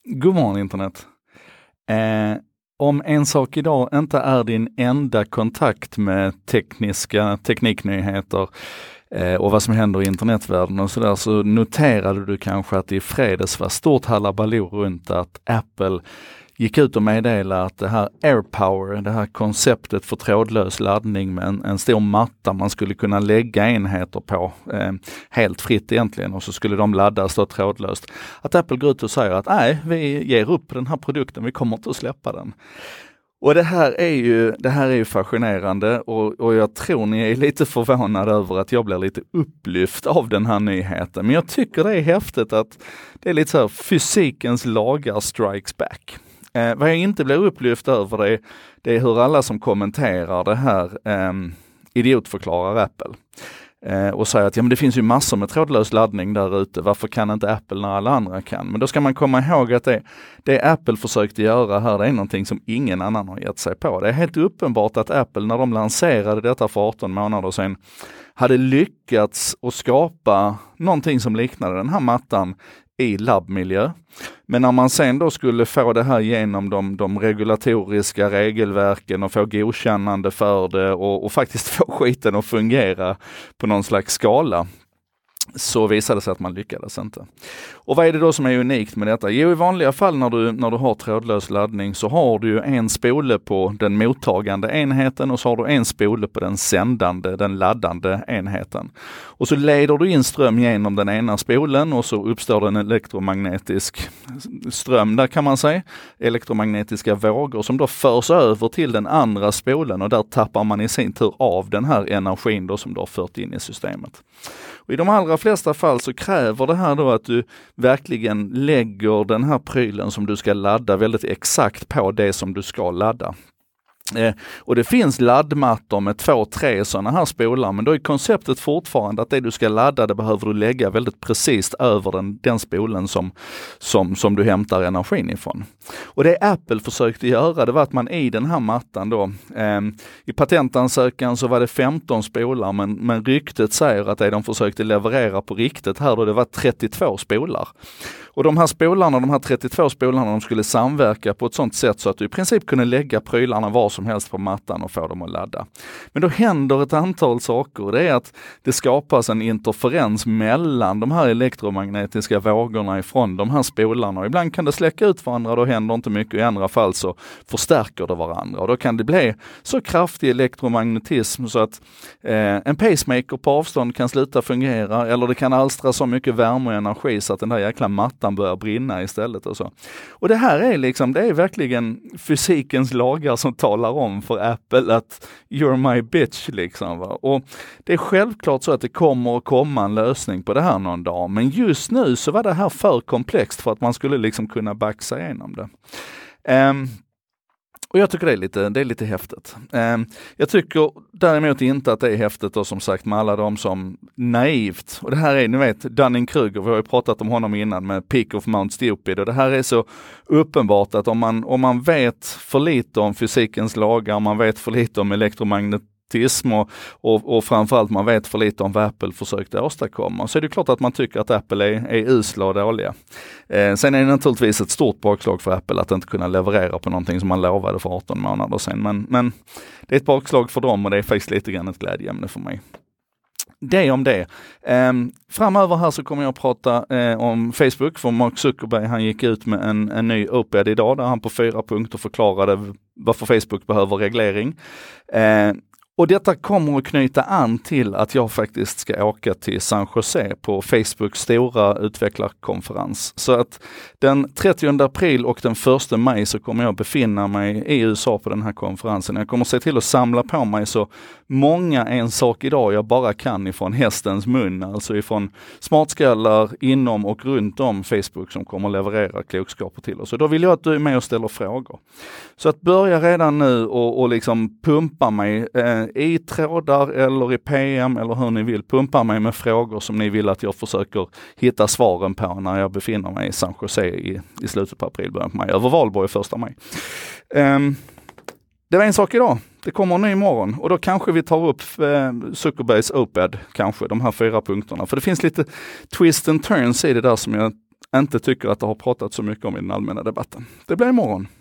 God morgon internet. Om en sak idag inte är din enda kontakt med tekniknyheter och vad som händer i internetvärlden och sådär, så noterade du kanske att i fredags var stort halabaloo runt att Apple gick ut och meddelade att det här AirPower, det här konceptet för trådlös laddning med en stor matta man skulle kunna lägga enheter på helt fritt egentligen, och så skulle de laddas då trådlöst. Att Apple går ut och säger att nej, vi ger upp den här produkten, vi kommer inte att släppa den. Och det här är ju fascinerande, och jag tror ni är lite förvånade över att jag blir lite upplyft av den här nyheten. Men jag tycker det är häftigt att det är lite så här, fysikens lagar strikes back. Vad jag inte blir upplyft över det är hur alla som kommenterar det här idiotförklarar Apple. Och säger att ja, men det finns ju massor med trådlös laddning där ute, varför kan inte Apple när alla andra kan? Men då ska man komma ihåg att det Apple försökte göra här, det är någonting som ingen annan har gett sig på. Det är helt uppenbart att Apple, när de lanserade detta för 18 månader sedan, hade lyckats att skapa någonting som liknade den här mattan i labbmiljö. Men när man sen då skulle få det här genom de regulatoriska regelverken och få godkännande för det och faktiskt få skiten att fungera på någon slags skala, så visade det sig att man lyckades inte. Och vad är det då som är unikt med detta? Jo, i vanliga fall när du har trådlös laddning så har du ju en spole på den mottagande enheten och så har du en spole på den laddande enheten. Och så leder du in ström genom den ena spolen och så uppstår det en elektromagnetisk ström där, kan man säga. Elektromagnetiska vågor som då förs över till den andra spolen, och där tappar man i sin tur av den här energin då som du har fört in i systemet. Och i de allra flesta fall så kräver det här då att du verkligen lägger den här prylen som du ska ladda väldigt exakt på det som du ska ladda. Och det finns laddmattor med 2-3 sådana här spolar, men då är konceptet fortfarande att det du ska ladda, det behöver du lägga väldigt precis över den spolen som du hämtar energin ifrån. Och det Apple försökte göra, det var att man i den här mattan då, i patentansökan så var det 15 spolar, men ryktet säger att det de försökte leverera på riktigt här då, det var 32 spolar. Och de här 32 spolarna, de skulle samverka på ett sådant sätt så att du i princip kunde lägga prylarna var som helst på mattan och få dem att ladda. Men då händer ett antal saker. Det är att det skapas en interferens mellan de här elektromagnetiska vågorna ifrån de här spolarna. Och ibland kan det släcka ut varandra, då händer inte mycket. I andra fall så förstärker det varandra. Och då kan det bli så kraftig elektromagnetism så att en pacemaker på avstånd kan sluta fungera, eller det kan alstra så mycket värme och energi så att den där jäkla mattan börjar brinna istället och så. Och det här är liksom, det är verkligen fysikens lagar som talar om för Apple att you're my bitch liksom, va? Och det är självklart så att det kommer att komma en lösning på det här någon dag, men just nu så var det här för komplext för att man skulle liksom kunna baxa igenom det. Och jag tycker det är lite häftigt. Jag tycker däremot inte att det är häftigt då, som sagt, med alla de som naivt, och det här är, ni vet, Dunning-Kruger, vi har ju pratat om honom innan med Peak of Mount Stupid, och det här är så uppenbart att om man vet för lite om fysikens lagar, man vet för lite om elektromagnetism och framförallt man vet för lite om vad Apple försökte åstadkomma, så är det klart att man tycker att Apple är usla och dåliga. Sen är det naturligtvis ett stort bakslag för Apple att inte kunna leverera på någonting som man lovade för 18 månader sedan, men det är ett bakslag för dem, och det är faktiskt lite grann ett glädjeämne för mig. Det om det. Framöver här så kommer jag att prata om Facebook, för Mark Zuckerberg, han gick ut med en ny op-ed idag där han på 4 punkter förklarade varför Facebook behöver reglering. Och detta kommer att knyta an till att jag faktiskt ska åka till San Jose på Facebooks stora utvecklarkonferens. Så att den 30 april och den 1 maj så kommer jag befinna mig i USA på den här konferensen. Jag kommer se till att samla på mig så många en sak idag jag bara kan ifrån hästens mun, alltså ifrån smartskallar inom och runt om Facebook som kommer leverera klokskaper till oss. Så då vill jag att du är med och ställer frågor. Så att börja redan nu och liksom pumpa mig i trådar eller i PM eller hur ni vill, pumpa mig med frågor som ni vill att jag försöker hitta svaren på när jag befinner mig i San Jose i slutet på april, början på maj, över valborg 1 maj. Det var en sak idag. Det kommer en ny imorgon och då kanske vi tar upp Zuckerbergs op-ed, kanske de här 4 punkterna. För det finns lite twist and turns i det där som jag inte tycker att det har pratat så mycket om i den allmänna debatten. Det blir imorgon.